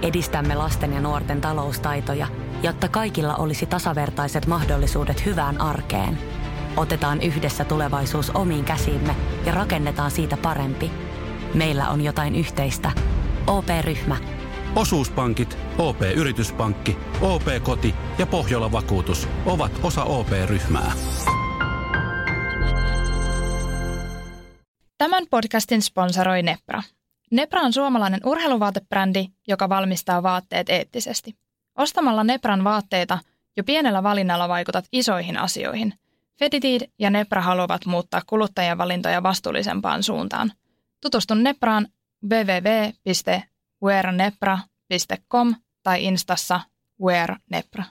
Edistämme lasten ja nuorten taloustaitoja, jotta kaikilla olisi tasavertaiset mahdollisuudet hyvään arkeen. Otetaan yhdessä tulevaisuus omiin käsiimme ja rakennetaan siitä parempi. Meillä on jotain yhteistä. OP-ryhmä. Osuuspankit, OP-yrityspankki, OP-koti ja Pohjola-vakuutus ovat osa OP-ryhmää. Tämän podcastin sponsoroi Nepra. Nepra on suomalainen urheiluvaatebrändi, joka valmistaa vaatteet eettisesti. Ostamalla Nepran vaatteita jo pienellä valinnalla vaikutat isoihin asioihin. Fetitid ja Nepra haluavat muuttaa kuluttajien valintoja vastuullisempaan suuntaan. Tutustu Nepraan www.wearnepra.com tai Instassa wearnepra.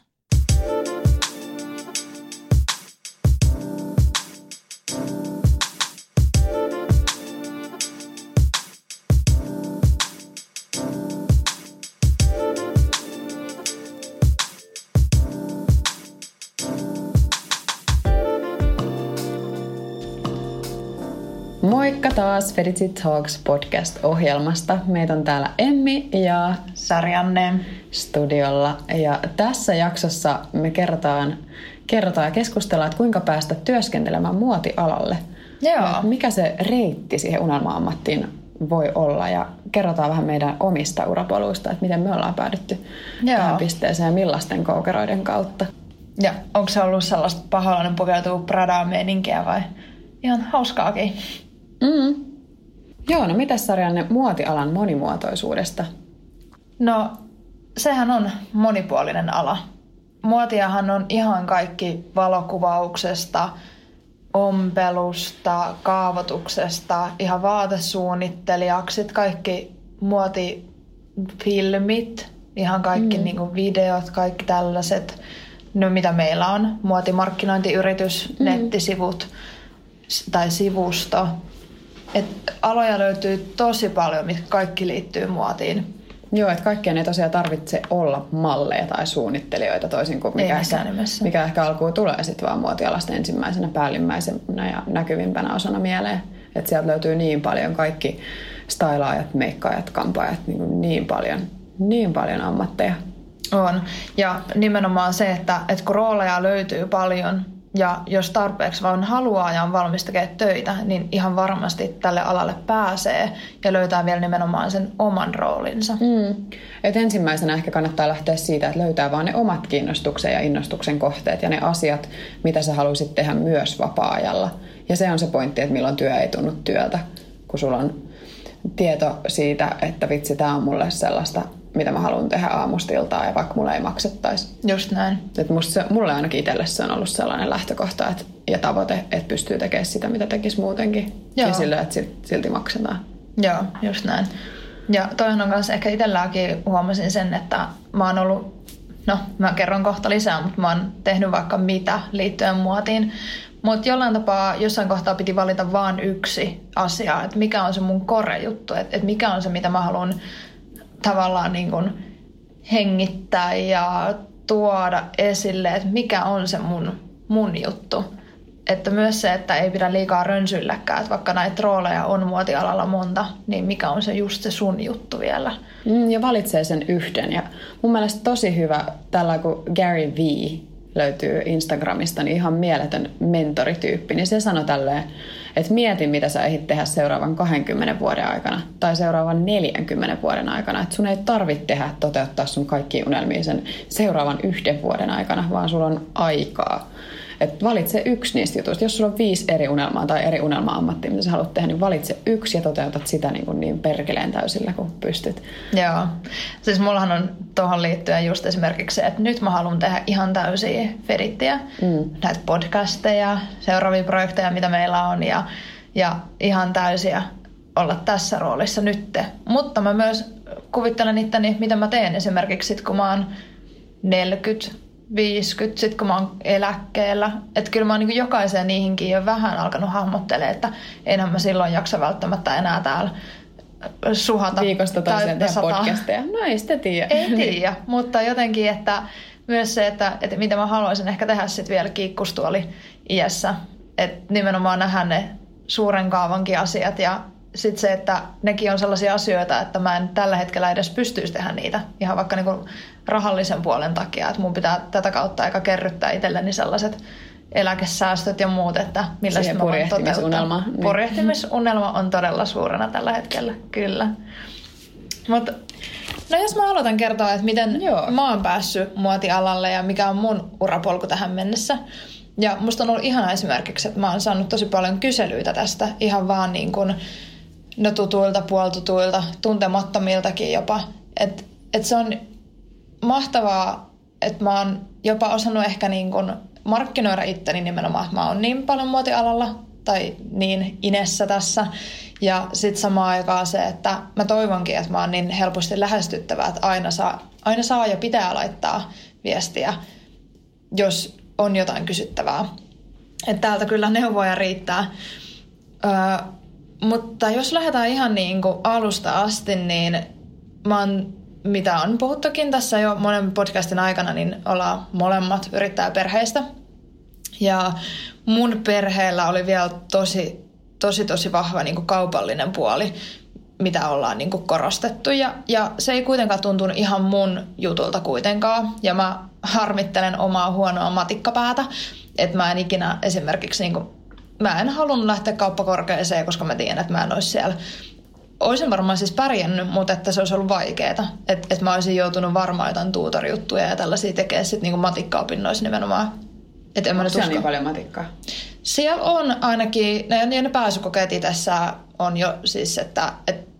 Moikka taas Feditsi Talks podcast-ohjelmasta. Meitä on täällä Emmi ja Sarjanne studiolla. Ja tässä jaksossa me kerrotaan ja keskustellaan, että kuinka päästä työskentelemään muotialalle. Joo. Mikä se reitti siihen unelma-ammattiin voi olla. Ja kerrotaan vähän meidän omista urapoluista, että miten me ollaan päädytty tähän pisteeseen ja millaisten koukeroiden kautta. Ja onko se ollut sellaista paholainen pukeutuu Pradaa-meininkiä vai ihan hauskaakin? Joo, no mitäs Sarjanne muotialan monimuotoisuudesta? No, sehän on monipuolinen ala. Muotiahan on ihan kaikki valokuvauksesta, ompelusta, kaavoituksesta, ihan vaatesuunnittelijaksi, kaikki muotifilmit, ihan kaikki niinku videot, kaikki tällaiset. No mitä meillä on? Muotimarkkinointiyritys, nettisivut tai sivusto. Et aloja löytyy tosi paljon, mitkä kaikki liittyy muotiin. Joo, että kaikkien ei tosiaan tarvitse olla malleja tai suunnittelijoita toisin kuin mikä ehkä alkuun tulee sitten vaan muotialasta ensimmäisenä, päällimmäisenä ja näkyvimpänä osana mieleen. Että sieltä löytyy niin paljon kaikki stylaajat, meikkaajat, kampaajat, niin paljon ammatteja. On. Ja nimenomaan se, että kun rooleja löytyy paljon ja jos tarpeeksi vaan haluaa ja on valmis tekemään töitä, niin ihan varmasti tälle alalle pääsee ja löytää vielä nimenomaan sen oman roolinsa. Et ensimmäisenä ehkä kannattaa lähteä siitä, että löytää vaan ne omat kiinnostuksen ja innostuksen kohteet ja ne asiat, mitä sä haluaisit tehdä myös vapaa-ajalla. Ja se on se pointti, että milloin työ ei tunnu työltä, kun sulla on tieto siitä, että vitsi, tää on mulle sellaista, mitä mä haluan tehdä aamusta iltaan ja vaikka mulle ei maksettaisi. Just näin. Mulle ainakin itselle se on ollut sellainen lähtökohta ja tavoite, että pystyy tekemään sitä, mitä tekisi muutenkin. Joo. Ja sillä, että silti maksetaan. Joo, just näin. Ja toihan on kanssa ehkä itselläkin huomasin sen, että mä oon ollut, mä kerron kohta lisää, mutta mä oon tehnyt vaikka mitä liittyen muotiin. Mutta jollain tapaa jossain kohtaa piti valita vain yksi asia, että mikä on se mun core-juttu, että mikä on se, mitä mä haluan tavallaan niin kuin hengittää ja tuoda esille, että mikä on se mun juttu. Että myös se, että ei pidä liikaa rönsyilläkään, että vaikka näitä rooleja on muotialalla monta, niin mikä on se just se sun juttu vielä. Ja valitsee sen yhden. Ja mun mielestä tosi hyvä, tällä kun Gary Vee löytyy Instagramista, niin ihan mieletön mentorityyppi, niin se sanoi tälleen, että mieti, mitä sä ehdit tehdä seuraavan 20 vuoden aikana tai seuraavan 40 vuoden aikana. Että sun ei tarvitse toteuttaa sun kaikkia unelmia sen seuraavan 1 vuoden aikana, vaan sulla on aikaa. Et valitse yksi niistä jutuista. Jos sulla on 5 eri unelmaa tai eri unelma-ammattia, mitä sä haluat tehdä, niin valitse yksi ja toteutat sitä niin perkeleen täysillä, kun pystyt. Joo. Siis mullahan on tuohon liittyen just esimerkiksi se, että nyt mä haluan tehdä ihan täysiä fedittiä. Näitä podcasteja, seuraavia projekteja, mitä meillä on ja ihan täysiä olla tässä roolissa nytte. Mutta mä myös kuvittelen itteni, mitä mä teen esimerkiksi sit, kun mä oon 40, 50, sit kun mä oon eläkkeellä. Että kyllä mä oon niin jokaiseen niihinkin jo vähän alkanut hahmottelemaan, että enhän mä silloin jaksa välttämättä enää täällä suhata. Viikosta toiseen tehdä podcasteja. No ei sitä tiedä. Ei tiedä, mutta jotenkin, että myös se, että mitä mä haluaisin ehkä tehdä sitten vielä kiikkustuoli iässä. Että nimenomaan nähdä ne suuren kaavankin asiat ja sitten se, että nekin on sellaisia asioita, että mä en tällä hetkellä edes pystyisi tehdä niitä. Ihan vaikka niinku rahallisen puolen takia, että mun pitää tätä kautta aika kerryttää itselleni sellaiset eläkesäästöt ja muut, että millä mä voin toteuttaa. Purjehtimisunelma on todella suurena tällä hetkellä, kyllä. Mutta no jos mä aloitan kertoa, että miten mä oon päässyt muotialalle ja mikä on mun urapolku tähän mennessä. Ja musta on ollut ihana esimerkiksi, että mä oon saanut tosi paljon kyselyitä tästä ihan vaan niin kuin tutuilta, puoltutuilta, tuntemattomiltakin jopa. Että se on mahtavaa, että mä oon jopa osannut ehkä niin kuin markkinoida itteni nimenomaan, että mä oon niin paljon muotialalla tai niin inessä tässä. Ja sitten samaan aikaan se, että mä toivonkin, että mä oon niin helposti lähestyttävää, että aina saa ja pitää laittaa viestiä, jos on jotain kysyttävää. Että täältä kyllä neuvoja riittää. Mutta jos lähdetään ihan niin kuin alusta asti, niin mitä on puhuttukin tässä jo monen podcastin aikana, niin ollaan molemmat yrittäjäperheistä. Ja mun perheellä oli vielä tosi vahva niin kuin kaupallinen puoli, mitä ollaan niin kuin korostettu. Ja se ei kuitenkaan tuntunut ihan mun jutulta kuitenkaan. Ja mä harmittelen omaa huonoa matikkapäätä, että mä en ikinä esimerkiksi, niin kuin, mä en halunnut lähteä kauppakorkeeseen, koska mä tiedän, että mä en olisi siellä. Olisin varmaan siis pärjännyt, mutta että se olisi ollut vaikeaa. Että mä olisin joutunut varmaan jotain tuutorjuttuja ja tällaisia tekemään sitten niin kuin matikkaopinnoissa nimenomaan. Että en mä nyt usko. Niin paljon matikkaa? Siellä on ainakin, ne pääsykokeet itsessä on jo siis, että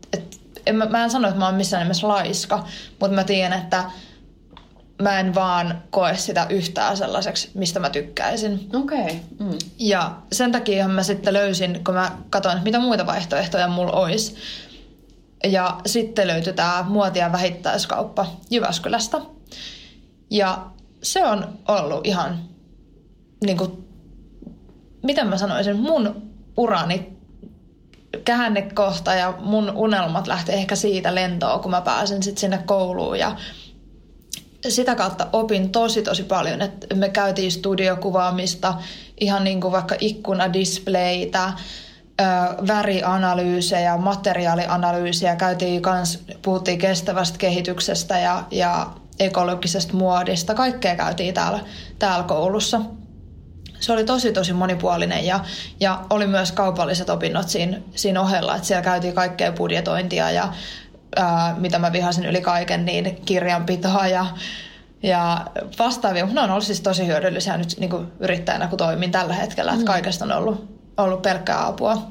mä en sano, että mä oon missään nimessä laiska, mutta mä tiedän, että mä en vaan koe sitä yhtään sellaiseksi, mistä mä tykkäisin. Okei. Ja sen takia mä sitten löysin, kun mä katsoin, että mitä muita vaihtoehtoja mulla olisi. Ja sitten löytyi tää muotia vähittäiskauppa Jyväskylästä. Ja se on ollut ihan, niin kuin, miten mä sanoisin, mun urani käännekohta ja mun unelmat lähti ehkä siitä lentoon, kun mä pääsin sitten sinne kouluun ja sitä kautta opin tosi paljon, että me käytiin studiokuvaamista, ihan niin kuin vaikka ikkunadispleitä, värianalyysejä, materiaalianalyysiä, puhuttiin kestävästä kehityksestä ja ekologisesta muodista, kaikkea käytiin täällä koulussa. Se oli tosi monipuolinen ja oli myös kaupalliset opinnot siinä ohella, että siellä käytiin kaikkea budjetointia ja mitä mä vihasin yli kaiken, niin kirjanpitoa ja vastaavia. Ne on ollut siis tosi hyödyllisiä nyt niin kuin yrittäjänä, kun toimin tällä hetkellä, että kaikesta on ollut pelkkää apua.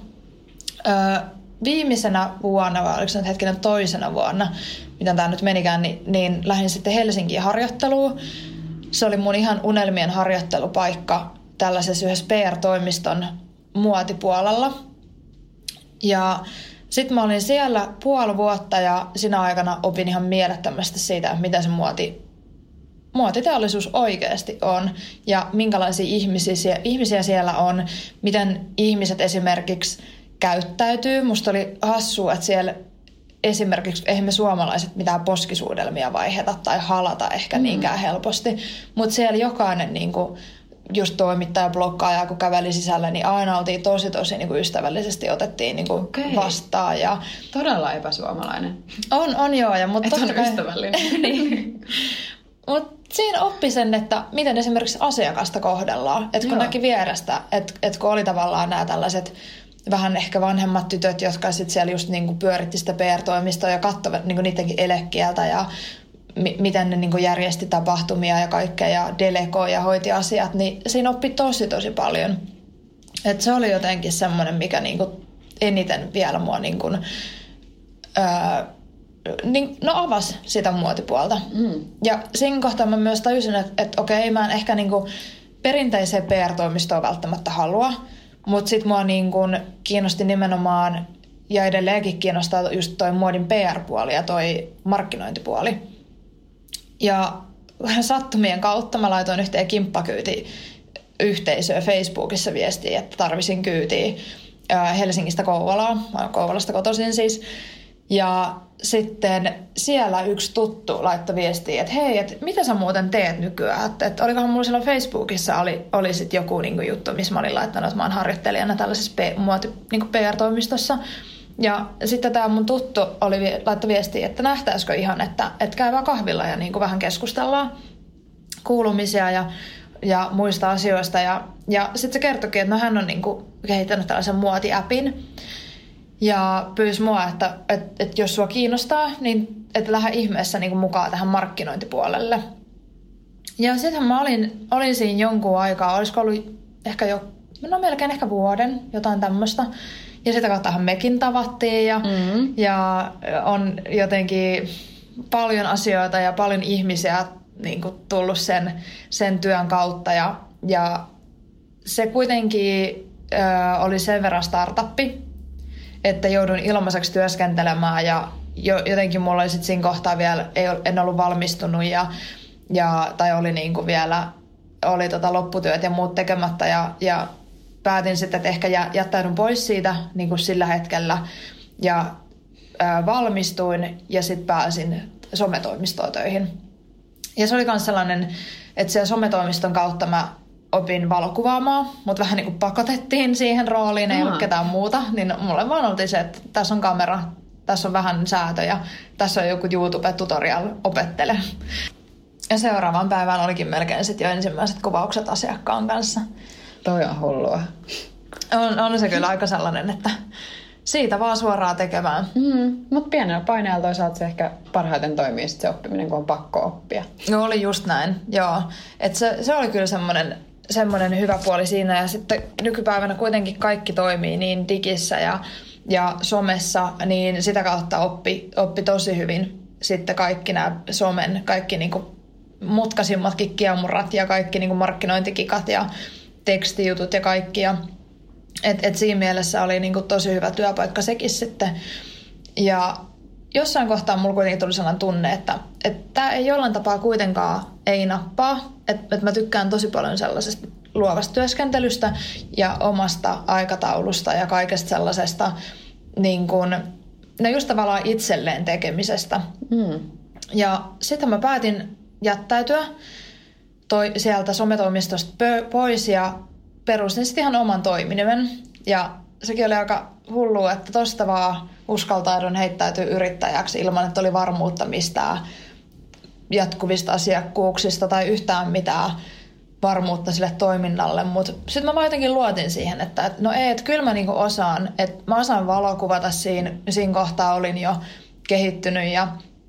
Viimeisenä vuonna, vai oliko se nyt toisena vuonna, miten tämä nyt menikään, niin lähdin sitten Helsinkiin harjoitteluun. Se oli mun ihan unelmien harjoittelupaikka tällaisessa yhdessä PR-toimiston muotipuolella. Ja sitten mä olin siellä puoli vuotta ja siinä aikana opin ihan mielettömästi siitä, mitä se muotiteollisuus oikeasti on ja minkälaisia ihmisiä siellä on, miten ihmiset esimerkiksi käyttäytyy. Musta oli hassua, että siellä esimerkiksi eihän me suomalaiset mitään poskisuudelmia vaiheta tai halata ehkä niinkään helposti, mutta siellä jokainen niinku just toimittaja, bloggaaja, kun käveli sisällä, niin aina oltiin tosi niin kuin ystävällisesti otettiin niin kuin vastaan. Ja todella epäsuomalainen. On joo. Mutta on ystävällinen. Niin. Mutta siinä oppi sen, että miten esimerkiksi asiakasta kohdellaan. Että kun näki vierestä, että kun oli tavallaan nämä tällaiset vähän ehkä vanhemmat tytöt, jotka sitten siellä just niin kuin pyöritti sitä PR-toimistoa ja katsoivat niin kuin niidenkin elekieltä ja miten ne niin kuin järjesti tapahtumia ja kaikkea ja delegoi ja hoiti asiat, niin siinä oppi tosi paljon. Et se oli jotenkin semmoinen, mikä niin kuin eniten vielä mua niin kuin, avasi sitä muotipuolta. Ja siinä kohtaa mä myös tajusin, että okei, mä en ehkä niin kuin perinteiseen PR-toimistoon välttämättä halua, mutta sitten mua niin kuin kiinnosti nimenomaan ja edelleenkin kiinnostaa just toi muodin PR-puoli ja toi markkinointipuoli. Ja sattumien kautta mä laitoin yhteen kimppakyyti-yhteisöön Facebookissa viestiä, että tarvisin kyytiä Helsingistä Kouvolaan. Mä oon Kouvolasta kotoisin siis. Ja sitten siellä yksi tuttu laittoi viestiä, että hei, että mitä sä muuten teet nykyään? Että olikohan mulla siellä Facebookissa oli sit joku niinku juttu, missä mä olin laittanut, että mä oon harjoittelijana tällaisessa PR-toimistossa. Ja sitten tämä mun tuttu laittoi viestiä, että nähtäisikö ihan, että käy vaan kahvilla ja niin kuin vähän keskustellaan kuulumisia ja muista asioista. Ja sitten se kertoikin, että no hän on niin kuin kehittänyt tällaisen muotiäpin ja pyysi mua, että jos sua kiinnostaa, niin että lähde ihmeessä niin kuin mukaan tähän markkinointipuolelle. Ja sittenhän mä olin siinä jonkun aikaa, olisiko ollut melkein ehkä vuoden, jotain tämmöistä. Ja sitä kauttahan mekin tavattiin ja on jotenkin paljon asioita ja paljon ihmisiä niin kuin tullut sen työn kautta. Ja se kuitenkin oli sen verran startuppi, että joudun ilmaiseksi työskentelemään ja jotenkin mulla oli sitten siinä kohtaa vielä, en ollut valmistunut tai oli niin kuin vielä oli lopputyöt ja muut tekemättä ja päätin sitten, että ehkä jättäydyn pois siitä niin kuin sillä hetkellä ja valmistuin ja sitten pääsin sometoimistoon töihin. Ja se oli myös sellainen, että sen sometoimiston kautta mä opin valokuvaamaan, mutta vähän niin kuin pakotettiin siihen rooliin, ei ollut ketään muuta, niin mulle vaan oltiin se, että tässä on kamera, tässä on vähän säätö ja tässä on joku YouTube-tutorial, opettele. Ja seuraavaan päivään olikin melkein sitten jo ensimmäiset kuvaukset asiakkaan kanssa. Toi on hullua. On se kyllä aika sellainen, että siitä vaan suoraan tekemään. Mutta pienellä paineella toisaalta se ehkä parhaiten toimii sit se oppiminen, kun on pakko oppia. No oli just näin, joo. Et se oli kyllä semmoinen hyvä puoli siinä. Ja sitten nykypäivänä kuitenkin kaikki toimii niin digissä ja somessa, niin sitä kautta oppi tosi hyvin sitten kaikki nämä somen, kaikki niinku mutkaisimmatkin kiemurrat ja kaikki niinku markkinointikikat ja tekstijutut ja kaikki. Et siinä mielessä oli niinku tosi hyvä työpaikka sekin sitten. Ja jossain kohtaa mulla kuitenkin tuli sellainen tunne, että tämä ei jollain tapaa kuitenkaan ei nappaa. Että mä tykkään tosi paljon sellaisesta luovasta työskentelystä ja omasta aikataulusta ja kaikesta sellaisesta niin kuin, no just tavallaan itselleen tekemisestä. Ja sitten mä päätin jättäytyä sieltä sometoimistosta pois ja perustin sitten ihan oman toiminimen. Ja sekin oli aika hullua, että tosta vaan uskaltaudun heittäytyä yrittäjäksi ilman, että oli varmuutta mistään jatkuvista asiakkuuksista tai yhtään mitään varmuutta sille toiminnalle. Mutta sitten mä jotenkin luotin siihen, että kyllä mä niinku osaan, että mä osaan valokuvata siinä kohtaa olin jo kehittynyt ja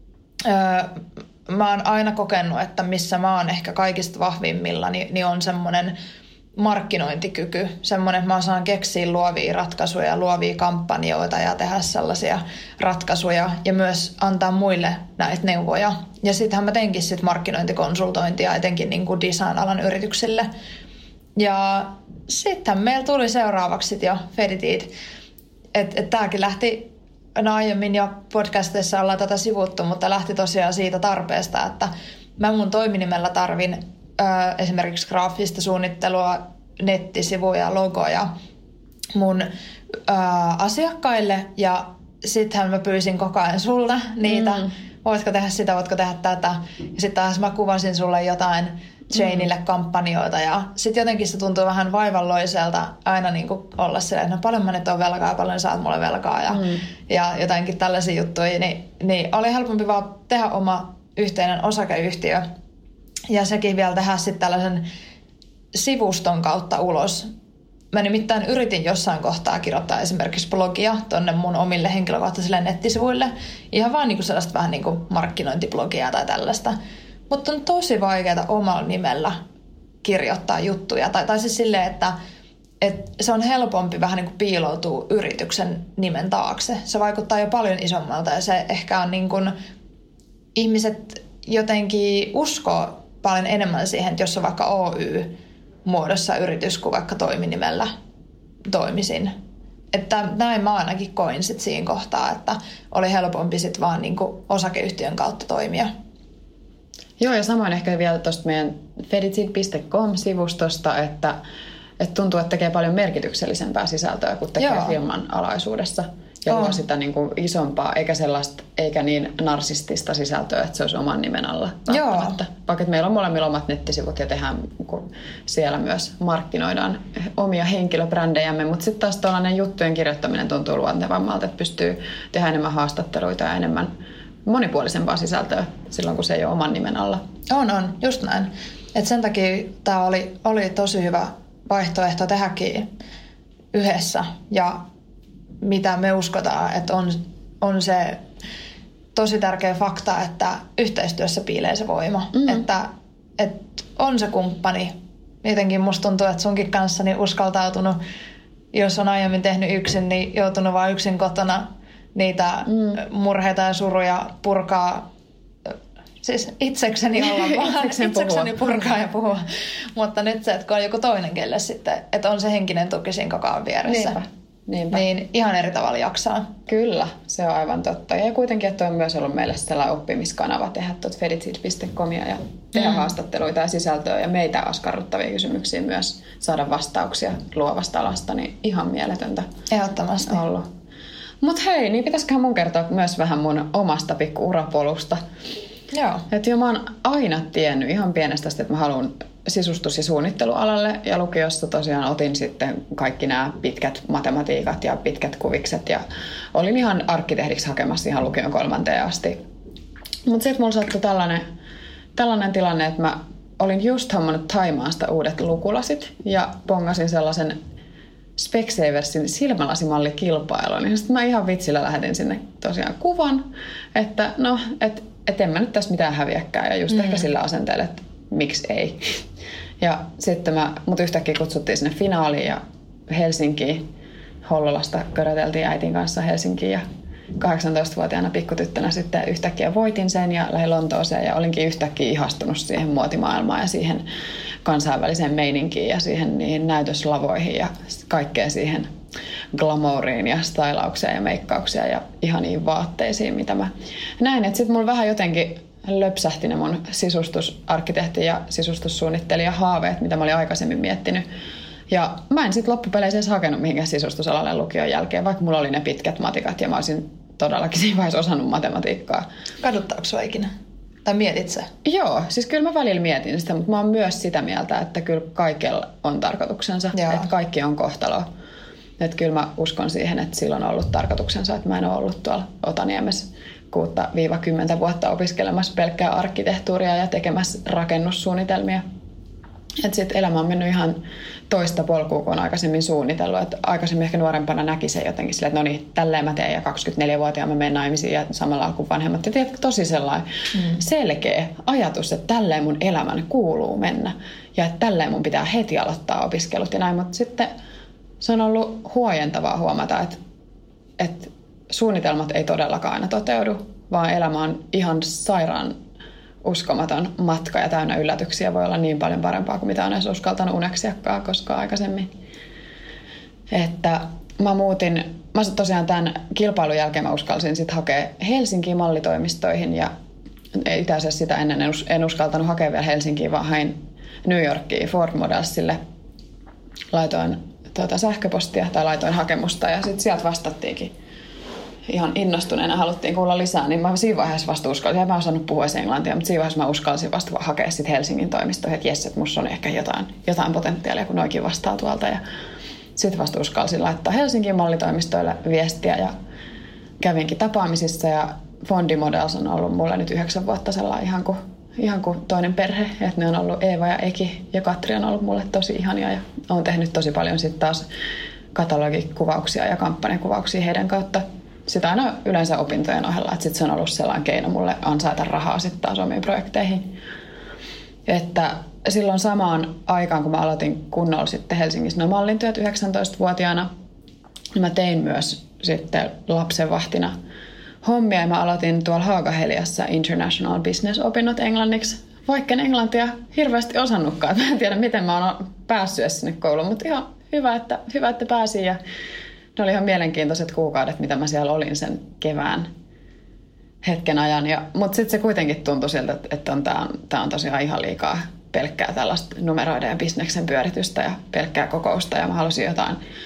mä oon aina kokenut, että missä mä oon ehkä kaikista vahvimmilla, niin on semmoinen markkinointikyky. Semmoinen, että mä osaan keksiä luovia ratkaisuja, luovia kampanjoita ja tehdä sellaisia ratkaisuja ja myös antaa muille näitä neuvoja. Ja sittenhän mä teinkin sit markkinointikonsultointia etenkin niin kuin design-alan yrityksille. Ja sitten meillä tuli seuraavaksi jo Feditit. Että tääkin lähti, no aiemmin jo podcastissa ollaan tätä sivuttu, mutta lähti tosiaan siitä tarpeesta, että mä mun toiminimellä tarvin esimerkiksi graafista suunnittelua, nettisivuja, logoja mun asiakkaille ja sittenhän mä pyysin koko ajan sulta niitä, voitko tehdä sitä, voitko tehdä tätä ja sitten taas mä kuvasin sulle jotain Janeille kampanjoita ja sitten jotenkin se tuntuu vähän vaivalloiselta aina niin kuin olla silleen, että no paljon mä nyt on velkaa ja paljon saat mulle velkaa ja jotainkin tällaisia juttuja, niin oli helpompi vaan tehdä oma yhteinen osakeyhtiö. Ja sekin vielä tehdä sitten tällaisen sivuston kautta ulos. Mä nimittäin yritin jossain kohtaa kirjoittaa esimerkiksi blogia tonne mun omille henkilökohtaisille nettisivuille. Ihan vaan niinku sellaista vähän niinku markkinointiblogia tai tällaista. Mutta on tosi vaikeaa omalla nimellä kirjoittaa juttuja. Tai siis silleen, että se on helpompi vähän niinku piiloutua yrityksen nimen taakse. Se vaikuttaa jo paljon isommalta ja se ehkä on niinku ihmiset jotenkin uskoo paljon enemmän siihen, että jos on vaikka Oy-muodossa yritys kuin vaikka toiminimellä toimisin. Että näin mä ainakin koin sit siinä kohtaa, että oli helpompi sit vaan niinku osakeyhtiön kautta toimia. Joo, ja samoin ehkä vielä tuosta meidän feditsit.com-sivustosta, että tuntuu, että tekee paljon merkityksellisempää sisältöä, kun tekee firman alaisuudessa. ja luo sitä niin kuin isompaa, eikä niin narsistista sisältöä, että se olisi oman nimen alla välttämättä. Vaikka meillä on molemmilla omat nettisivut ja tehdään, kun siellä myös markkinoidaan omia henkilöbrändejämme, mutta sitten taas tuollainen juttujen kirjoittaminen tuntuu luontevammalta, että pystyy tehdä enemmän haastatteluita ja enemmän monipuolisempaa sisältöä silloin, kun se ei ole oman nimen alla. On, just näin. Et sen takia tämä oli tosi hyvä vaihtoehto tehdäkin yhdessä ja mitä me uskotaan, että on se tosi tärkeä fakta, että yhteistyössä piilee se voima. Että on se kumppani. Jotenkin musta tuntuu, että sunkin kanssa niin uskaltautunut, jos on aiemmin tehnyt yksin, niin joutunut vaan yksin kotona niitä murheita ja suruja purkaa. Siis itsekseni olla vaan, itsekseni purkaa ja puhua. Mutta nyt se, että kun on joku toinen kelle sitten, että on se henkinen tuki siinä koko ajan vieressä. Niinpä. Niin ihan eri tavalla jaksaa. Kyllä, se on aivan totta. Ja kuitenkin, että on myös ollut meille sellainen oppimiskanava tehdä feditsit.comia ja tehdä haastatteluita ja sisältöä ja meitä askarruttavia kysymyksiä myös saada vastauksia luovasta alasta, niin ihan mieletöntä. Ehdottomasti. Ollut. Mut hei, niin pitäisiköhän mun kertoa myös vähän mun omasta pikku urapolusta. Joo. Että mä oon aina tiennyt ihan pienestä, että mä haluan sisustus- ja suunnittelualalle. Ja lukiossa tosiaan otin sitten kaikki nämä pitkät matematiikat ja pitkät kuvikset. Ja olin ihan arkkitehdiksi hakemassa ihan lukion 3. asti. Mutta sitten mulla sattui tällainen tilanne, että mä olin just hommannut Thaimaasta uudet lukulasit. Ja pongasin sellaisen Specsaversin silmälasimallikilpailun. Niin sitten mä ihan vitsillä lähetin sinne tosiaan kuvan, että en mä nyt tässä mitään häviäkään. Ja just ehkä sillä asenteella, että miksi ei. Ja sitten mut yhtäkkiä kutsuttiin sinne finaaliin ja Helsinkiin. Hollolasta köröteltiin äitin kanssa Helsinkiin ja 18-vuotiaana pikkutyttönä sitten yhtäkkiä voitin sen ja lähdin Lontooseen ja olinkin yhtäkkiä ihastunut siihen muotimaailmaan ja siihen kansainväliseen meininkiin ja siihen niihin näytöslavoihin ja kaikkeen siihen glamouriin ja stylaukseen ja meikkaukseen ja ihaniin vaatteisiin, mitä mä näin. Että sitten mulla vähän jotenkin löpsähti ne mun sisustusarkkitehti ja sisustussuunnittelija haaveet, mitä mä olin aikaisemmin miettinyt. Ja mä en sitten loppupeleissä edes hakenut mihinkään sisustusalalle lukion jälkeen, vaikka mulla oli ne pitkät matikat ja mä olisin todellakin siinä vaiheessa osannut matematiikkaa. Kaduttaako sua ikinä? Tai mietit sä? Joo, siis kyllä mä välillä mietin sitä, mutta mä oon myös sitä mieltä, että kyllä kaikella on tarkoituksensa, että kaikki on kohtalo. Että kyllä mä uskon siihen, että sillä on ollut tarkoituksensa, että mä en ole ollut tuolla Otaniemessä 6-10 vuotta opiskelemassa pelkkää arkkitehtuuria ja tekemässä rakennussuunnitelmia. Että sitten elämä on mennyt ihan toista polkua, kun on aikaisemmin suunnitellut. Että aikaisemmin ehkä nuorempana näki se jotenkin silleen, että no niin, tälleen mä teen ja 24-vuotiaana mä menen naimisiin ja samalla kuin vanhemmat. Ja tiedätkö, tosi sellainen selkeä ajatus, että tälleen mun elämän kuuluu mennä. Ja että tälleen mun pitää heti aloittaa opiskelut ja näin. Mutta sitten se on ollut huojentavaa huomata, että suunnitelmat ei todellakaan aina toteudu, vaan elämä on ihan sairaan uskomaton matka ja täynnä yllätyksiä. Voi olla niin paljon parempaa kuin mitä on edes uskaltanut uneksiakaan koskaan aikaisemmin. Että mä tosiaan tämän kilpailun jälkeen mä uskalsin sitten hakea Helsinkiin mallitoimistoihin ja itse asiassa sitä ennen en uskaltanut hakea vielä Helsinkiin, vaan hain New Yorkiin Ford Modelsille. Laitoin sähköpostia tai laitoin hakemusta ja sitten sieltä vastattiinkin. Ihan innostuneena haluttiin kuulla lisää, niin mä siinä vaiheessa vasta uskalsin. Mä en osannut puhua englantia, mutta siinä vaiheessa mä uskalsin vasta hakea sit Helsingin toimistoon, että jes, että musta on ehkä jotain potentiaalia, kun noikin vastaa tuolta. Ja sitten vasta uskalsin laittaa Helsingin mallitoimistoille viestiä ja kävinkin tapaamisissa. Ja Fondi Models on ollut mulle nyt 9 vuotta sellainen ihan kuin toinen perhe. Että ne on ollut Eeva ja Eki ja Katri on ollut mulle tosi ihania ja olen tehnyt tosi paljon sitten taas katalogikuvauksia ja kampanjakuvauksia heidän kautta. Sitä aina yleensä opintojen ohella, että sit se on ollut sellainen keino mulle ansaita rahaa sitten taas omiin projekteihin. Että silloin samaan aikaan, kun mä aloitin kunnolla sitten Helsingissä mallintyöt 19-vuotiaana, niin mä tein myös sitten lapsenvahtina hommia. Ja mä aloitin tuolla Haagaheliassa International Business-opinnot englanniksi, vaikka en englantia hirveästi osannutkaan. Mä en tiedä, miten mä oon päässyt sinne kouluun, mutta ihan hyvä, että pääsin ja ne oli ihan mielenkiintoiset kuukaudet, mitä mä siellä olin sen kevään hetken ajan. Mutta sitten se kuitenkin tuntui siltä, että tää on tosiaan ihan liikaa pelkkää tällaista numeroiden ja bisneksen pyöritystä ja pelkkää kokousta. Ja mä halusin jotain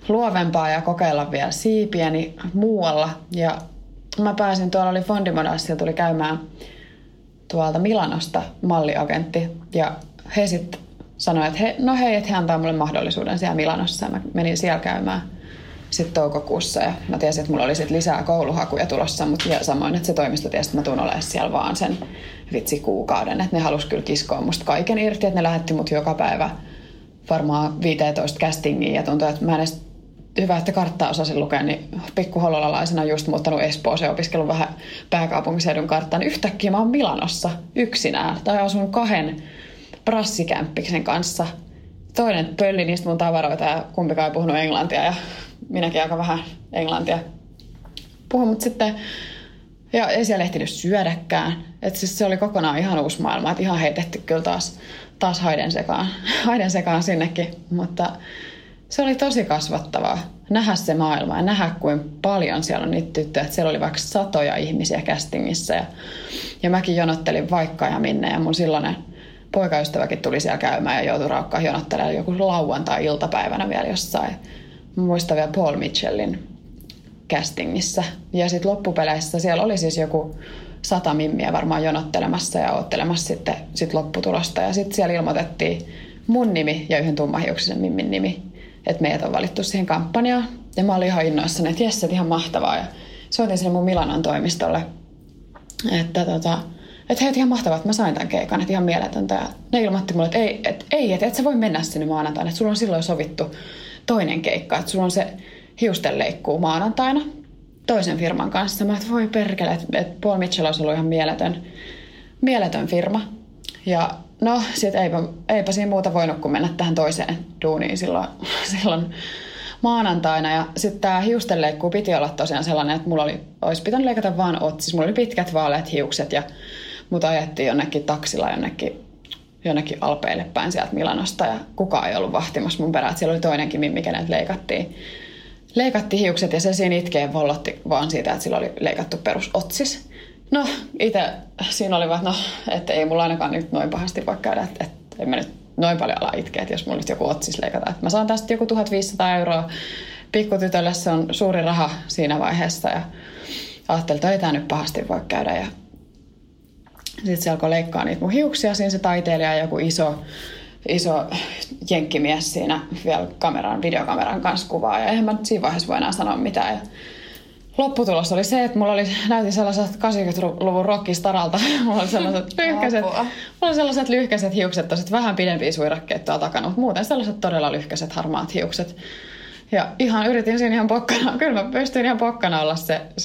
luovempaa ja kokeilla vielä siipiäni muualla. Ja mä pääsin, tuolla oli Fondimodassilla, tuli käymään tuolta Milanosta malliagentti. Ja he sitten sanoivat, että he antaa mulle mahdollisuuden siellä Milanossa. Ja mä menin siellä käymään sitten toukokuussa. Ja mä tiesin, että mulla oli sitten lisää kouluhakuja tulossa. Ja samoin, että se toimisto tiesi, että mä tuun olemaan siellä vaan sen kuukauden. Että ne halusi kyllä kiskoa musta kaiken irti. Että ne lähetti mut joka päivä varmaan 15 castingiin. Ja tuntui, että mä en edes hyvä, että karttaa osasin lukea, niin pikkuhololalaisena just muuttanut Espooseen ja opiskellut vähän pääkaupunkiseudun karttaa, niin yhtäkkiä mä oon Milanossa yksinään. Tai asun 2 prassikämppiksen kanssa. Toinen pölli niistä mun tavaroita ja kumpikaan ei puhunut englantia ja minäkin aika vähän englantia puhun, mutta sitten ja ei siellä ehtinyt syödäkään. Että siis se oli kokonaan ihan uusi maailma, että ihan heitetty kyllä taas haiden sekaan sinnekin, mutta se oli tosi kasvattavaa nähdä se maailma ja nähdä, kuinka paljon siellä on niitä tyttöjä. Että siellä oli vaikka 100 ihmisiä castingissa ja mäkin jonottelin vaikka ja minne. Ja mun silloinen poikaystäväkin tuli siellä käymään ja joutui raukkaan jonottelemaan joku lauantai-iltapäivänä vielä jossain. Mä muistan vielä Paul Mitchellin castingissa. Ja sitten loppupeleissä siellä oli siis joku 100 mimmiä varmaan jonottelemassa ja oottelemassa sitten lopputulosta. Ja sitten siellä ilmoitettiin mun nimi ja yhden tummahiuksisen mimmin nimi. Että meidät on valittu siihen kampanjaan. Ja mä olin ihan innoissani, että jes, ihan mahtavaa. Ja soitin sinne mun Milanon toimistolle, että hei, ihan mahtavaa, että mä sain tämän keikan, että ihan mieletöntä. Ja ne ilmoitti mulle, että et sä voi mennä sinne maanantaina, että sulla on silloin sovittu toinen keikka, että sulla on se hiustenleikkuu maanantaina toisen firman kanssa. Mä että voi perkele, että Paul Mitchell olisi ollut ihan mieletön firma. Ja no, sit eipä siinä muuta voinut kuin mennä tähän toiseen duuniin silloin maanantaina. Ja sitten tämä hiustenleikkuu piti olla tosiaan sellainen, että mulla olisi pitänyt leikata vaan otsis. Mulla oli pitkät vaaleat hiukset ja mut ajettiin jonnekin taksilla jonnekin Alpeille päin sieltä Milanosta. Ja kukaan ei ollut vahtimassa mun perään. Siellä oli toinenkin mimmi, kenet leikattiin hiukset ja se siinä itkeen vollotti vaan siitä, että sillä oli leikattu perusotsis. No, itse siinä oli vaan, että ei mulla ainakaan nyt noin pahasti voi käydä, että en mä nyt noin paljon ala itkeä, että jos mulla nyt joku otsis leikata. Että mä saan tästä joku 1500 €. Pikkutytölle se on suuri raha siinä vaiheessa ja ajattelin, että ei tää nyt pahasti voi käydä. Ja sitten se alkoi leikkaa niitä mun hiuksia, siinä se taiteilija ja joku iso jenkkimies siinä vielä videokameran kanssa kuvaa. Ja eihän mä nyt siinä vaiheessa voi enää sanoa mitään. Ja lopputulos oli se, että näytin sellaiset 80-luvun rockistaralta. Mulla oli sellaiset lyhkäiset hiukset, tosit vähän pidempiä suirakkeet tuolla takana, mutta muuten sellaiset todella lyhkäiset harmaat hiukset. Ja yritin siinä ihan pokkana, kyllä mä pystyin ihan pokkana olla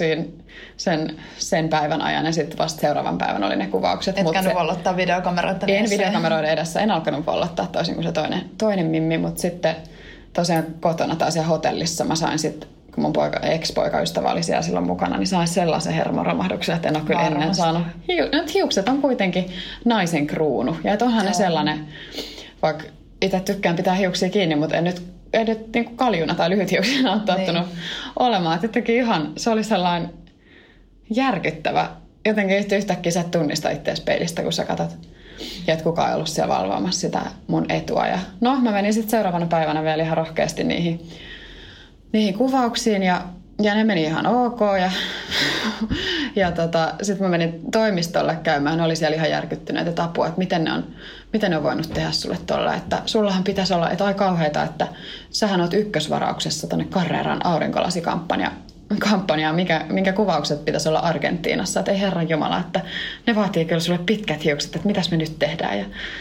sen päivän ajan ja sitten vasta seuraavan päivän oli ne kuvaukset. Etkä nyt vollottaa videokameroita edessä? En videokameroiden edessä, en alkanut vollottaa toisin kuin se toinen mimmi, mutta sitten tosiaan kotona taas ja hotellissa mä sain sitten, kun mun ex-poikaystävä oli siellä silloin mukana, niin sain sellaisen hermoromahduksen, että en ole kyllä ennen saanut. Hiukset on kuitenkin naisen kruunu. Ja onhan ne sellainen, vaikka itse tykkään pitää hiuksia kiinni, mutta en nyt niin kuin kaljuna tai lyhythiuksina ole tottunut olemaan. Se oli sellainen järkyttävä. Jotenkin yhtäkkiä sä et tunnista itseäsi peilistä, kun sä katsot. Ja että kukaan ei ollut siellä valvoamassa sitä mun etua. Ja no, mä menin sitten seuraavana päivänä vielä ihan rohkeasti niihin kuvauksiin ja ne meni ihan ok. Ja sitten mä menin toimistolle käymään. Ne oli siellä ihan järkyttyneet, että apua, että miten ne on voinut tehdä sulle tolla. Että sullahan pitäisi olla, että ai kauheita, että sähän oot ykkösvarauksessa tonne Carreran aurinkolasikampanjaan, minkä kuvaukset pitäisi olla Argentiinassa. Että ei herran jumala, että ne vaatii kyllä sulle pitkät hiukset, että mitäs me nyt tehdään. Ja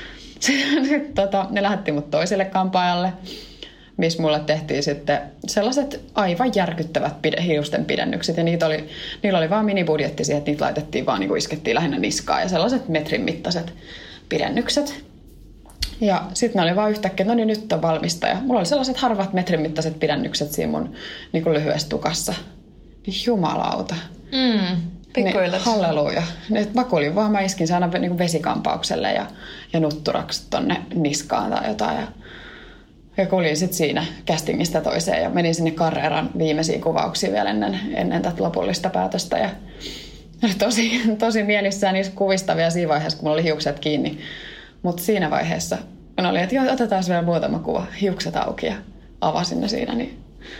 ne lähetti mut toiselle kampaajalle, missä mulle tehtiin sitten sellaiset aivan järkyttävät hiusten pidennykset. Ja niillä oli vaan minibudjetti siihen, että niitä laitettiin vaan, niin kuin iskettiin lähinnä niskaa ja sellaiset metrin mittaiset pidennykset. Ja sitten ne oli vaan yhtäkkiä, että no niin, nyt on valmista. Ja mulla oli sellaiset harvat metrin mittaiset pidennykset siinä mun niin kuin lyhyessä tukassa. Jumalauta. Pikkuillat. Halleluja. Ne vakuulin vaan, mä iskin se aina niin kuin vesikampaukselle ja nutturaksi tonne niskaan tai jotain. Ja kuljin sitten siinä castingista toiseen ja menin sinne Carreran viimeisiin kuvauksiin vielä ennen tätä lopullista päätöstä. Ja oli tosi mielissään niistä kuvista vielä siinä vaiheessa, kun mulla oli hiukset kiinni. Mutta siinä vaiheessa, kun oli, että otetaan vielä muutama kuva, hiukset auki ja avasin ne siinä, niin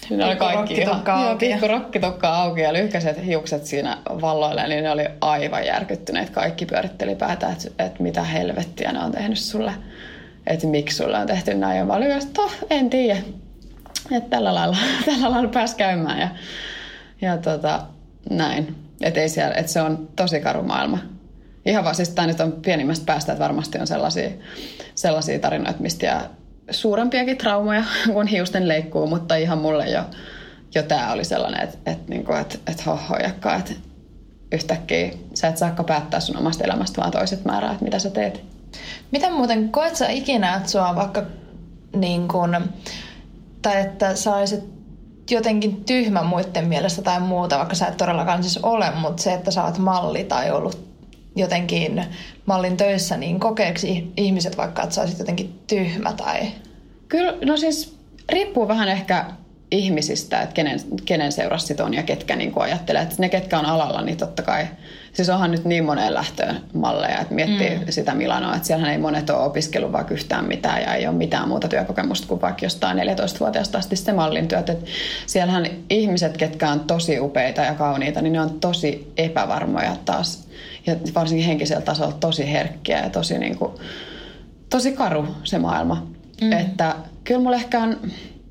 Siinä oli kaikki pikku rokkitukka auki ja lyhkäiset hiukset siinä valloille, niin ne oli aivan järkyttyneet. Kaikki pyöritteli päätä, että mitä helvettiä ne on tehnyt sulle. Että miksi sulle on tehty näin. Ja mä olin että en tiedä. Että tällä lailla pääsi käymään ja näin. Että se on tosi karu maailma. Ihan vaan, siis tämä nyt on pienimmästä päästä, että varmasti on sellaisia tarinoita, mistä jää suurempiakin traumoja kuin hiusten leikkuu, mutta ihan mulle jo tämä oli sellainen, että hohojakka, että yhtäkkiä sä et saakka päättää sun omasta elämästä, vaan toiset määrää, että mitä sä teet. Miten muuten, koet sä ikinä, että sua vaikka niin kuin, tai että sä olisit jotenkin tyhmä muiden mielestä tai muuta, vaikka sä et todellakaan siis ole, mutta se, että sä oot malli tai ollut jotenkin mallin töissä, niin kokeeksi ihmiset vaikka, että sä olisit jotenkin tyhmä tai... Kyllä, no siis riippuu vähän ehkä ihmisistä, että kenen seurassa sit on ja ketkä niin kuin ajattelee. Että ne, ketkä on alalla, niin totta kai... Siis onhan nyt niin moneen lähtöön malleja, että miettii sitä Milanoa, että siellähän ei monet ole opiskellut vaikka yhtään mitään ja ei ole mitään muuta työkokemusta kuin vaikka jostain 14-vuotiaasta asti se mallin työt. Että siellähän ihmiset, ketkä on tosi upeita ja kauniita, niin ne on tosi epävarmoja taas. Ja varsinkin henkisellä tasolla tosi herkkiä ja tosi karu se maailma. Että kyllä mulla ehkä on...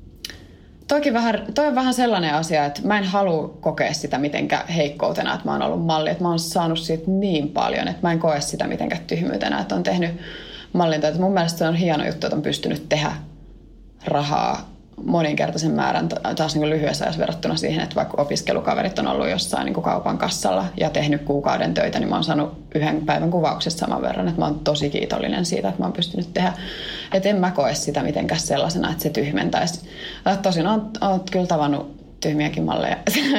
Toi on vähän sellainen asia, että mä en halua kokea sitä mitenkään heikkoutena, että mä oon ollut malli. Että mä oon saanut siitä niin paljon, että mä en koe sitä mitenkään tyhmyytenä, että on tehnyt mallinta. Mun mielestä se on hieno juttu, että on pystynyt tehdä rahaa moninkertaisen määrän taas niin kuin lyhyessä ajassa verrattuna siihen, että vaikka opiskelukaverit on ollut jossain niin kuin kaupan kassalla ja tehnyt kuukauden töitä, niin mä oon saanut 1 päivän kuvauksesta saman verran. Että mä oon tosi kiitollinen siitä, että mä oon pystynyt tehdä. Että en mä koe sitä mitenkään sellaisena, että se tyhmentäisi. Tosin oon kyllä tavannut tyhmiäkin malleja.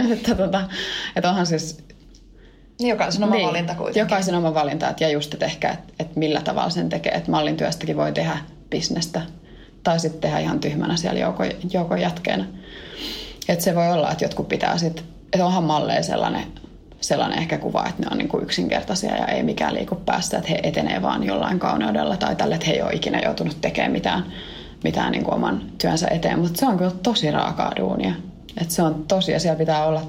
että onhan siis... Jokaisen oma valinta kuitenkin. Jokaisen oma valinta. Ja just, että ehkä, että millä tavalla sen tekee. Että mallin työstäkin voi tehdä bisnestä. Tai sitten tehdä ihan tyhmänä siellä joukon jatkeena. Että se voi olla, että jotkut pitää sitten... Että onhan malleja sellainen ehkä kuva, että ne on niinku yksinkertaisia ja ei mikään liiku päästä, että he etenee vaan jollain kauneudella tai tälle, että he ei ole ikinä joutunut tekemään mitään niinku oman työnsä eteen. Mutta se on kyllä tosi raakaa duunia. Että se on tosi, ja siellä pitää olla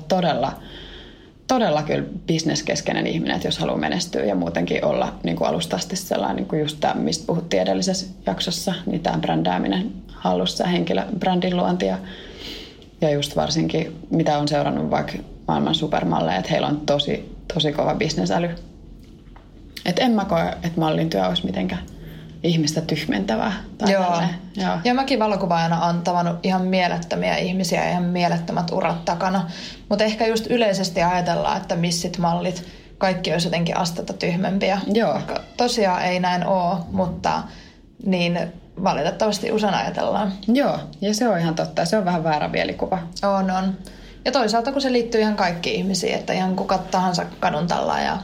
todella kyllä bisneskeskeinen ihminen, että jos haluaa menestyä ja muutenkin olla niin kuin alusta asti sellainen, niin kuin just tämä, mistä puhuttiin edellisessä jaksossa, niin tämä brändääminen hallussa, henkilöbrändin luonti ja just varsinkin, mitä on seurannut vaikka maailman supermalleja, että heillä on tosi kova bisnesäly. Että en mä koe, että mallin työ olisi mitenkään ihmistä tyhmentävää. Joo. Ja mäkin valokuvaajana on tavannut ihan mielettömiä ihmisiä ja ihan mielettömät urat takana. Mutta ehkä just yleisesti ajatellaan, että missit, mallit, kaikki olisi jotenkin astetta tyhmempiä. Joo. Vaikka tosiaan ei näin ole, mutta niin valitettavasti usein ajatellaan. Joo, ja se on ihan totta. Se on vähän väärä mielikuva. On. Ja toisaalta kun se liittyy ihan kaikkiin ihmisiin, että ihan kuka tahansa kaduntalla ja...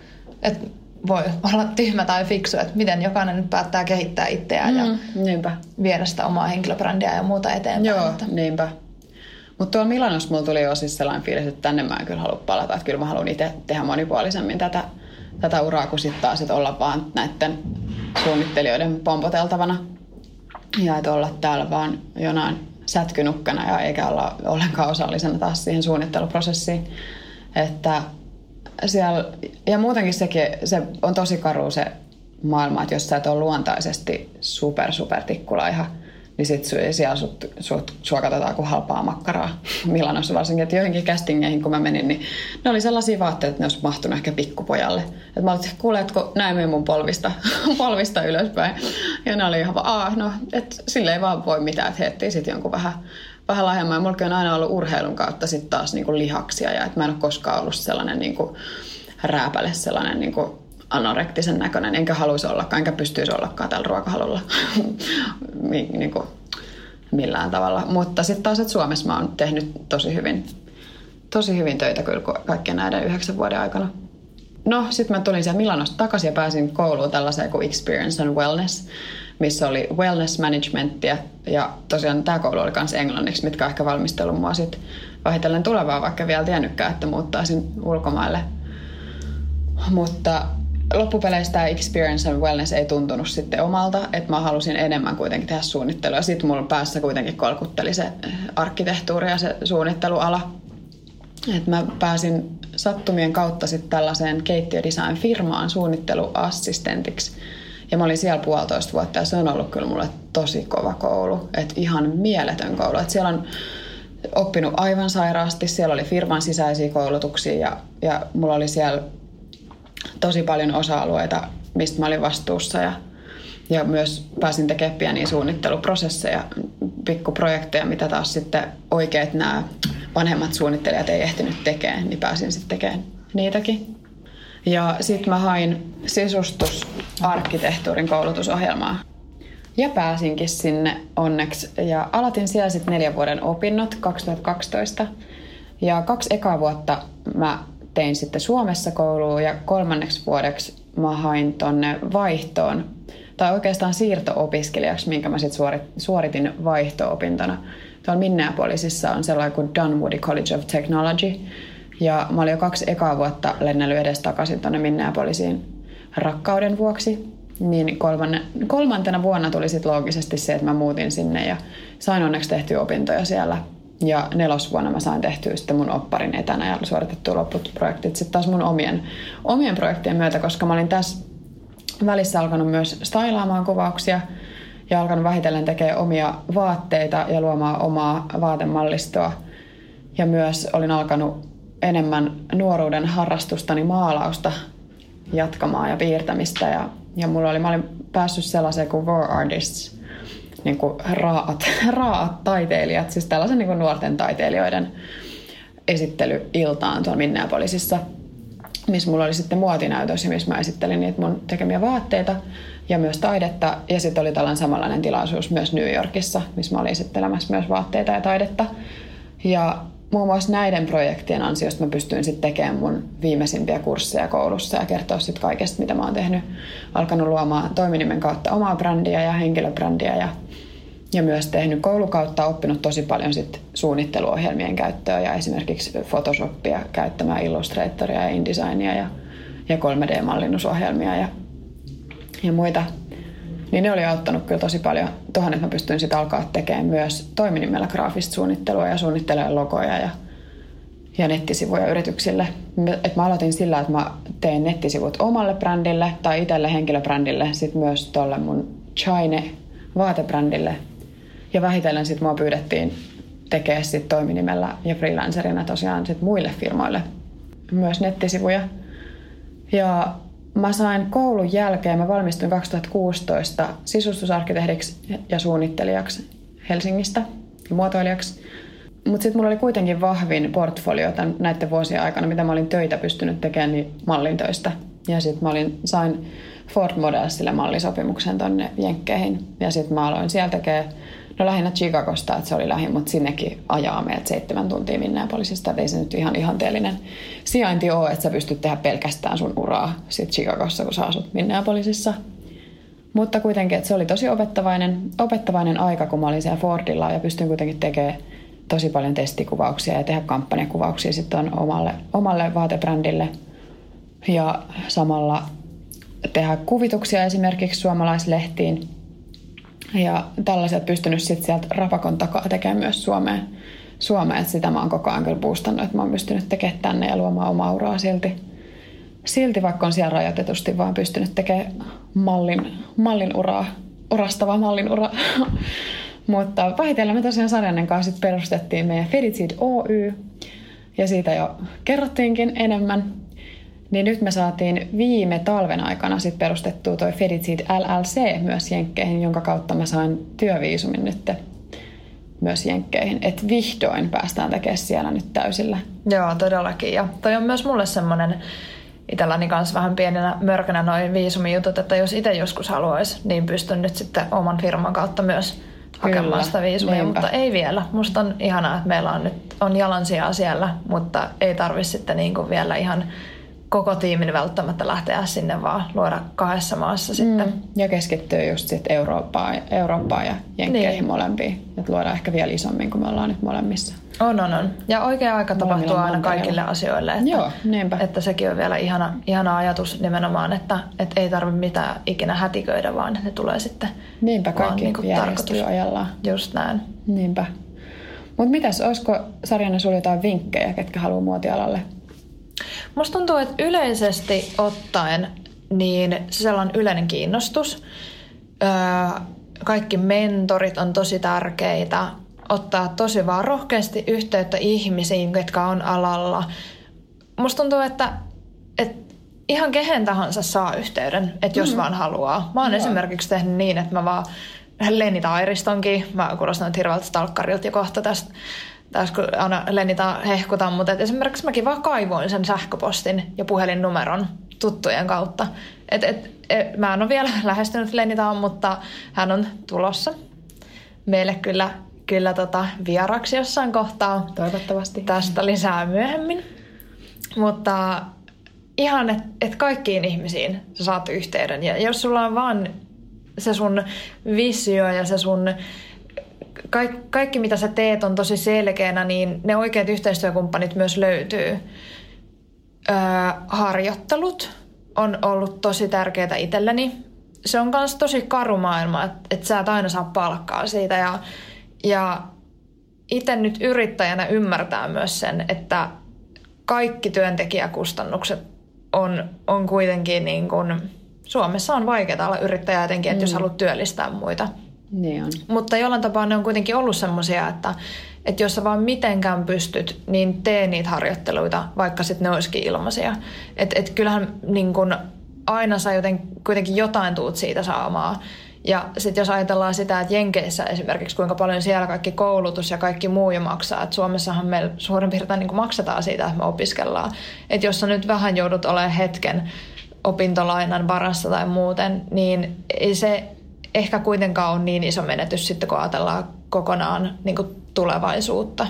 voi olla tyhmä tai fiksu, että miten jokainen nyt päättää kehittää itseään ja viedä sitä omaa henkilöbrändiä ja muuta eteenpäin. Joo, niinpä. Mutta tuolla Milanossa mulla tuli jo siis sellainen fiilis, että tänne mä en kyllä halua palata. Että kyllä mä haluan itse tehdä monipuolisemmin tätä uraa, kun sitten taas olla vaan näiden suunnittelijoiden pompoteltavana. Ja että olla täällä vaan jonain sätkynukkana ja eikä olla ollenkaan osallisena taas siihen suunnitteluprosessiin. Että siellä, ja muutenkin se on tosi karu se maailma, että jos sä et ole luontaisesti super tikkulaiha, niin sit siellä sua katsotaan kuin halpaa makkaraa Milanossa varsinkin. Että joihinkin castingeihin, kun mä menin, niin ne oli sellaisia vaatteita, että ne olisi mahtunut ehkä pikkupojalle. Että mä olin, että kuuletko, näin mun polvista ylöspäin. Ja ne oli ihan vaan, no, että sille ei vaan voi mitään, että heettiin sitten jonkun vähän lahjemman. Ja mullakin on aina ollut urheilun kautta sitten taas niin kuin lihaksia. Ja että mä en ole koskaan ollut sellainen niin kuin rääpäle, sellainen niin kuin anorektisen näköinen. Enkä haluaisi ollakaan, enkä pystyisi ollakaan tällä ruokahalulla niin kuin millään tavalla. Mutta sitten taas, että Suomessa mä oon tehnyt tosi hyvin töitä kyllä kaikkien näiden 9 vuoden aikana. No, sitten mä tulin siellä Milanosta takaisin ja pääsin kouluun tällaiseen kuin Experience and Wellness, missä oli wellness managementia. Ja tosiaan tämä koulu oli myös englanniksi, mitkä on ehkä valmistellut mua sitten vähitellen tulevaa, vaikka vielä tiennytkään, että muuttaisin ulkomaille. Mutta loppupeleistä tämä experience and wellness ei tuntunut sitten omalta, että mä halusin enemmän kuitenkin tehdä suunnittelua. Sitten mulla päässä kuitenkin kolkutteli se arkkitehtuuri ja se suunnitteluala. Että mä pääsin sattumien kautta sitten tällaiseen keittiödesign-firmaan suunnitteluassistentiksi. Ja mä olin siellä 1,5 vuotta ja se on ollut kyllä mulle tosi kova koulu. Että ihan mieletön koulu. Että siellä on oppinut aivan sairaasti. Siellä oli firman sisäisiä koulutuksia ja mulla oli siellä tosi paljon osa-alueita, mistä mä olin vastuussa. Ja myös pääsin tekemään pieniä suunnitteluprosesseja, pikkuprojekteja, mitä taas sitten oikeat nämä vanhemmat suunnittelijat ei ehtinyt tekemään, niin pääsin sitten tekemään niitäkin. Ja sitten mä hain sisustusarkkitehtuurin koulutusohjelmaa. Ja pääsinkin sinne onneksi. Ja aloitin siellä sitten 4 vuoden opinnot 2012. Ja 2 ekaa vuotta mä tein sitten Suomessa koulua ja 3. vuodeksi mä hain tonne vaihtoon. Tai oikeastaan siirto-opiskelijaksi, minkä mä sitten suoritin vaihto-opintona. Tuolla Minneapolisissa on sellainen kuin Dunwoody College of Technology. Ja mä olin jo 2 ekaa vuotta lennellyt edestakaisin tuonne Minneapolisiin rakkauden vuoksi. Niin 3. vuonna tuli sitten loogisesti se, että mä muutin sinne ja sain onneksi tehtyä opintoja siellä. Ja 4. vuonna mä sain tehtyä sitten mun opparin etänä ja suoritettua loput projektit sitten taas mun omien projektien myötä, koska mä olin tässä välissä alkanut myös stylaamaan kuvauksia ja alkanut vähitellen tekemään omia vaatteita ja luomaan omaa vaatemallistoa. Ja myös olin alkanut enemmän nuoruuden harrastustani maalausta jatkamaan ja piirtämistä. Ja mä olin päässyt sellaiseen kuin War Artists, niin kuin raat taiteilijat, siis tällaisen niin kuin nuorten taiteilijoiden esittelyiltaan tuolla Minneapolisissa, missä mulla oli sitten muotinäytös ja missä mä esittelin niitä mun tekemiä vaatteita ja myös taidetta. Ja sitten oli tällainen samanlainen tilaisuus myös New Yorkissa, missä mä olin esittelemässä myös vaatteita ja taidetta. Ja muun muassa näiden projektien ansiosta mä pystyin sitten tekemään mun viimeisimpiä kursseja koulussa ja kertoa sitten kaikesta, mitä mä oon tehnyt. Alkanut luomaan toiminimen kautta omaa brändiä ja henkilöbrändiä ja myös tehnyt koulukautta, oppinut tosi paljon sit suunnitteluohjelmien käyttöä ja esimerkiksi Photoshopia käyttämään Illustratoria ja InDesignia ja 3D-mallinnusohjelmia ja muita. Niin ne oli auttanut kyllä tosi paljon tuohon, että mä pystyin sitten alkaa tekemään myös toiminimellä graafista suunnittelua ja suunnittelemaan logoja ja nettisivuja yrityksille. Et mä aloitin sillä, että mä tein nettisivut omalle brändille tai itselle henkilöbrändille, sitten myös tolle mun Chine vaatebrändille. Ja vähitellen sitten mua pyydettiin tekemään sit toiminimellä ja freelancerina tosiaan sit muille firmoille myös nettisivuja. Ja mä sain koulun jälkeen, mä valmistuin 2016 sisustusarkkitehdiksi ja suunnittelijaksi Helsingistä ja muotoilijaksi. Mutta sitten mulla oli kuitenkin vahvin portfolio näiden vuosien aikana, mitä mä olin töitä pystynyt tekemään, niin mallintöistä. Ja sitten sain Ford Modelsille mallisopimuksen tonne Jenkkeihin. Ja sitten mä aloin siellä tekemään, lähinnä Chicagosta, että se oli lähin, mutta sinnekin ajaa meiltä 7 tuntia Minneapolisista. Ei se nyt ihan ihanteellinen sijainti ole, että sä pystyt tehdä pelkästään sun uraa sit Chicagossa, kun sä asut Minneapolisissa. Mutta kuitenkin, että se oli tosi opettavainen aika, kun mä olin siellä Fordilla ja pystyin kuitenkin tekemään tosi paljon testikuvauksia ja tehdä kampanjakuvauksia sitten omalle vaatebrändille. Ja samalla tehdä kuvituksia esimerkiksi suomalaislehtiin. Ja tällaiset pystynyt sitten sieltä Rapakon takaa tekemään myös Suomeen. Että sitä mä oon koko ajan kyllä boostannut, että mä oon pystynyt tekemään tänne ja luomaan omaa uraa silti vaikka on siellä rajoitetusti vaan pystynyt tekemään orastavaa mallin uraa. Mutta vähitellen me tosiaan Sarjanen kanssa sit perustettiin meidän Feditseed Oy ja siitä jo kerrottiinkin enemmän. Niin nyt me saatiin viime talven aikana sit perustettua toi Feditseed LLC myös Jenkkeihin, jonka kautta mä sain työviisumin nyt myös Jenkkeihin. Että vihdoin päästään tekemään siellä nyt täysillä. Joo, todellakin. Ja toi on myös mulle semmoinen itselläni kanssa vähän pienenä mörkänä noin viisumijutut, että jos itse joskus haluaisi, niin pystyn nyt sitten oman firman kautta myös hakemaan sitä viisumia, mutta ei vielä. Musta on ihanaa, että meillä on nyt jalansijaa siellä, mutta ei tarvitse sitten niin kuin vielä ihan koko tiimin välttämättä lähteä sinne, vaan luoda 2 maassa sitten. Ja keskittyy just sitten Eurooppaan ja Jenkkeihin molempiin. Että luodaan ehkä vielä isommin, kun me ollaan nyt molemmissa. On. Ja oikea aika tapahtuu aina kaikille asioille. Että, joo, niinpä. Että sekin on vielä ihana ajatus nimenomaan, että ei tarvitse mitään ikinä hätiköidä, vaan että ne tulee sitten. Niinpä, kaikki niin järjestyy ajallaan. Just näin. Niinpä. Mutta mitäs, olisiko Sarjanne sulla jotain vinkkejä, ketkä haluaa muotialalle? Musta tuntuu, että yleisesti ottaen niin se sellainen yleinen kiinnostus. Kaikki mentorit on tosi tärkeitä. Ottaa tosi vaan rohkeasti yhteyttä ihmisiin, ketkä on alalla. Musta tuntuu, että ihan kehen tahansa saa yhteyden, että jos vaan haluaa. Mä oon esimerkiksi tehnyt niin, että mä vaan Lenita Airistonkin. Mä kuulostan hirveältä stalkkarilta jo kohta tästä kun aina Lenita hehkutan, mutta esimerkiksi mäkin vaan kaivoin sen sähköpostin ja puhelinnumeron tuttujen kautta. Mä en ole vielä lähestynyt Lenitaan, mutta hän on tulossa meille kyllä vieraksi jossain kohtaa. Toivottavasti. Tästä lisää myöhemmin. Mutta ihan, että kaikkiin ihmisiin sä saat yhteyden. Ja jos sulla on vaan se sun visio ja se sun kaikki, mitä sä teet, on tosi selkeänä, niin ne oikeat yhteistyökumppanit myös löytyy. Harjoittelut on ollut tosi tärkeää itselleni. Se on myös tosi karu maailma, että sä et aina saa palkkaa siitä. Ja itse nyt yrittäjänä ymmärtää myös sen, että kaikki työntekijäkustannukset on kuitenkin niin kuin, Suomessa on vaikeaa olla yrittäjä etenkin, että jos haluat työllistää muita. Niin on. Mutta jollain tapaa ne on kuitenkin ollut semmoisia, että jos sä vaan mitenkään pystyt, niin tee niitä harjoitteluita, vaikka sitten ne olisikin ilmaisia. Et kyllähän niin kun aina sä kuitenkin jotain tuut siitä saamaan. Ja sitten jos ajatellaan sitä, että Jenkeissä esimerkiksi kuinka paljon siellä kaikki koulutus ja kaikki muu jo maksaa. Että Suomessahan meillä suurin piirtein niin maksetaan siitä, että me opiskellaan. Että jos sä nyt vähän joudut olemaan hetken opintolainan varassa tai muuten, niin ei se ehkä kuitenkaan ole niin iso menetys sitten, kun ajatellaan kokonaan niin kuin tulevaisuutta.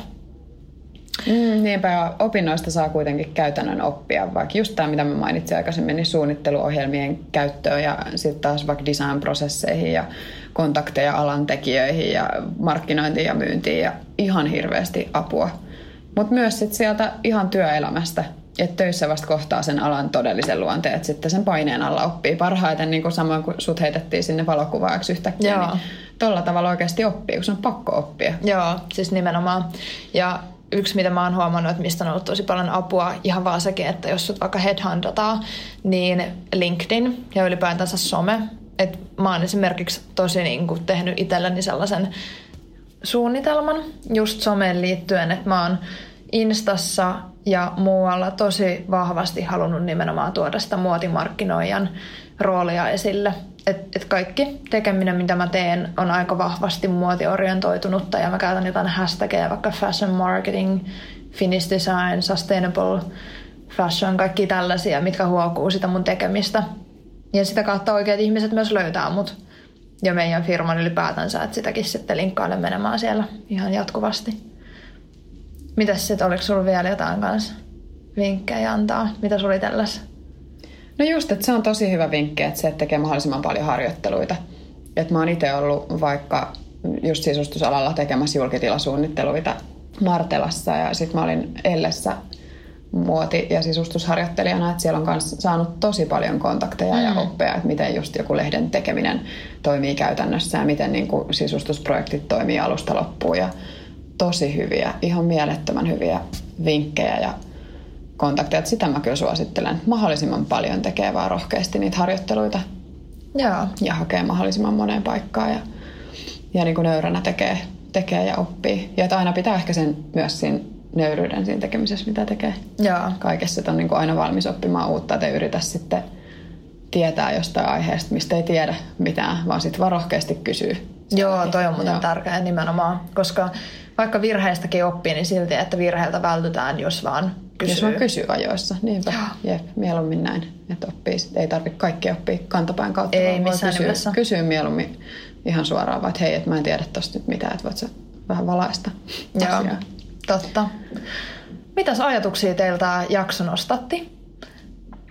Niinpä, ja opinnoista saa kuitenkin käytännön oppia, vaikka just tämä, mitä mä mainitsin aikaisemmin, niin suunnitteluohjelmien käyttöön ja sitten taas vaikka design-prosesseihin ja kontakteja alan tekijöihin ja markkinointiin ja myyntiin ja ihan hirveästi apua. Mutta myös sitten sieltä ihan työelämästä, että töissä vasta kohtaa sen alan todellisen luonteen, että sitten sen paineen alla oppii parhaiten, niin kuin samoin kuin sut heitettiin sinne valokuvaajaksi yhtäkkiä, Joo. Niin tolla tavalla oikeasti oppii, kun se on pakko oppia. Joo, siis nimenomaan. Ja yksi, mitä mä oon huomannut, että mistä on ollut tosi paljon apua, ihan vaan sekin, että jos sut vaikka headhuntataan, niin LinkedIn ja ylipäätänsä some. Että mä oon esimerkiksi tosi niin kuin tehnyt itselleni sellaisen suunnitelman just someen liittyen, että mä oon Instassa ja muualla tosi vahvasti halunnut nimenomaan tuoda sitä muotimarkkinoijan roolia esille. Et kaikki tekeminen, mitä mä teen, on aika vahvasti muotiorientoitunutta ja mä käytän jotain hashtageja, vaikka fashion marketing, Finnish design, sustainable fashion, kaikki tällaisia, mitkä huokuu sitä mun tekemistä. Ja sitä kautta oikeat ihmiset myös löytää mut ja meidän firman ylipäätänsä, että sitäkin sitten linkkailen menemään siellä ihan jatkuvasti. Mitäs sitten, oliko sulla vielä jotain kanssa vinkkejä antaa? Mitä sulla itsellesi? No just, että se on tosi hyvä vinkki, että se tekee mahdollisimman paljon harjoitteluita. Että mä oon itse ollut vaikka just sisustusalalla tekemässä julkitilasuunnitteluita Martelassa ja sitten mä olin Ellessä muoti- ja sisustusharjoittelijana, että siellä on myös saanut tosi paljon kontakteja ja oppeja, että miten just joku lehden tekeminen toimii käytännössä ja miten niin kuin sisustusprojektit toimii alusta loppuun ja tosi hyviä, ihan mielettömän hyviä vinkkejä ja kontakteja. Sitä mä kyllä suosittelen. Mahdollisimman paljon tekee vaan rohkeasti niitä harjoitteluita. Joo. Ja hakee mahdollisimman moneen paikkaan ja niin kuin nöyränä tekee ja oppii. Ja että aina pitää ehkä sen myös siinä nöyryyden siinä tekemisessä, mitä tekee. Joo. Kaikessa, että on niin kuin aina valmis oppimaan uutta, että ei yritä sitten tietää jostain aiheesta, mistä ei tiedä mitään, vaan sitten vaan rohkeasti kysyy. Joo, toi on muuten tärkeä nimenomaan, koska vaikka virheistäkin oppii, niin silti, että virheiltä vältytään, jos vaan kysyy. Jos vaan kysyy ajoissa, niinpä. Jep, mieluummin näin, että oppii. Ei tarvitse kaikki oppia kantapään kautta, ei missään nimessä. Kysyy mieluummin ihan suoraan, vaan että hei, että mä en tiedä tosta nyt mitään, että voit sä vähän valaista asiaa. Joo, totta. Mitäs ajatuksia teiltä jakso nostatti?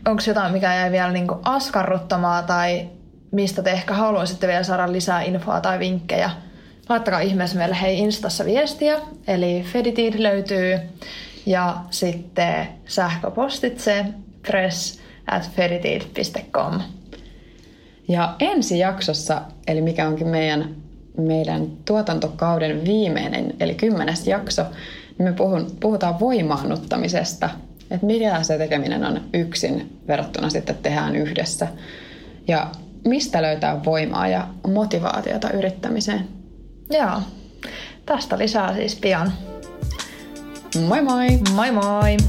onko jotain, mikä jäi vielä niin kuin askarruttamaan tai mistä te ehkä haluaisitte vielä saada lisää infoa tai vinkkejä? Laittakaa ihmeessä meille Instassa viestiä, eli Feditid löytyy ja sitten sähköpostitse press@feditid.com. Ja ensi jaksossa, eli mikä onkin meidän tuotantokauden viimeinen, eli 10. jakso, niin me puhutaan voimaannuttamisesta, että mitä se tekeminen on yksin verrattuna sitten tehdään yhdessä. Ja mistä löytää voimaa ja motivaatiota yrittämiseen. Joo, tästä lisää siis pian. Moi moi! Moi moi!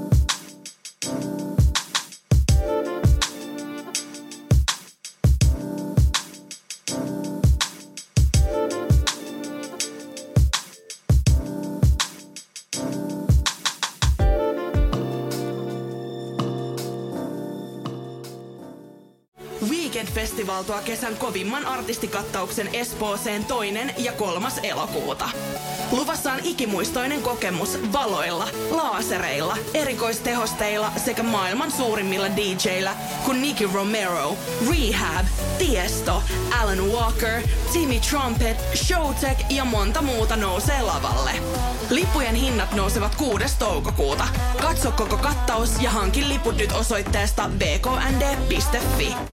Festival tuo kesän kovimman artistikattauksen Espooseen 2. ja 3. elokuuta. Luvassa on ikimuistoinen kokemus valoilla, laasereilla, erikoistehosteilla sekä maailman suurimmilla DJillä kuin Nicky Romero, Rehab, Tiesto, Alan Walker, Timmy Trumpet, Showtek ja monta muuta nousee lavalle. Lippujen hinnat nousevat 6. toukokuuta. Katso koko kattaus ja hankin liput nyt osoitteesta vknd.fi.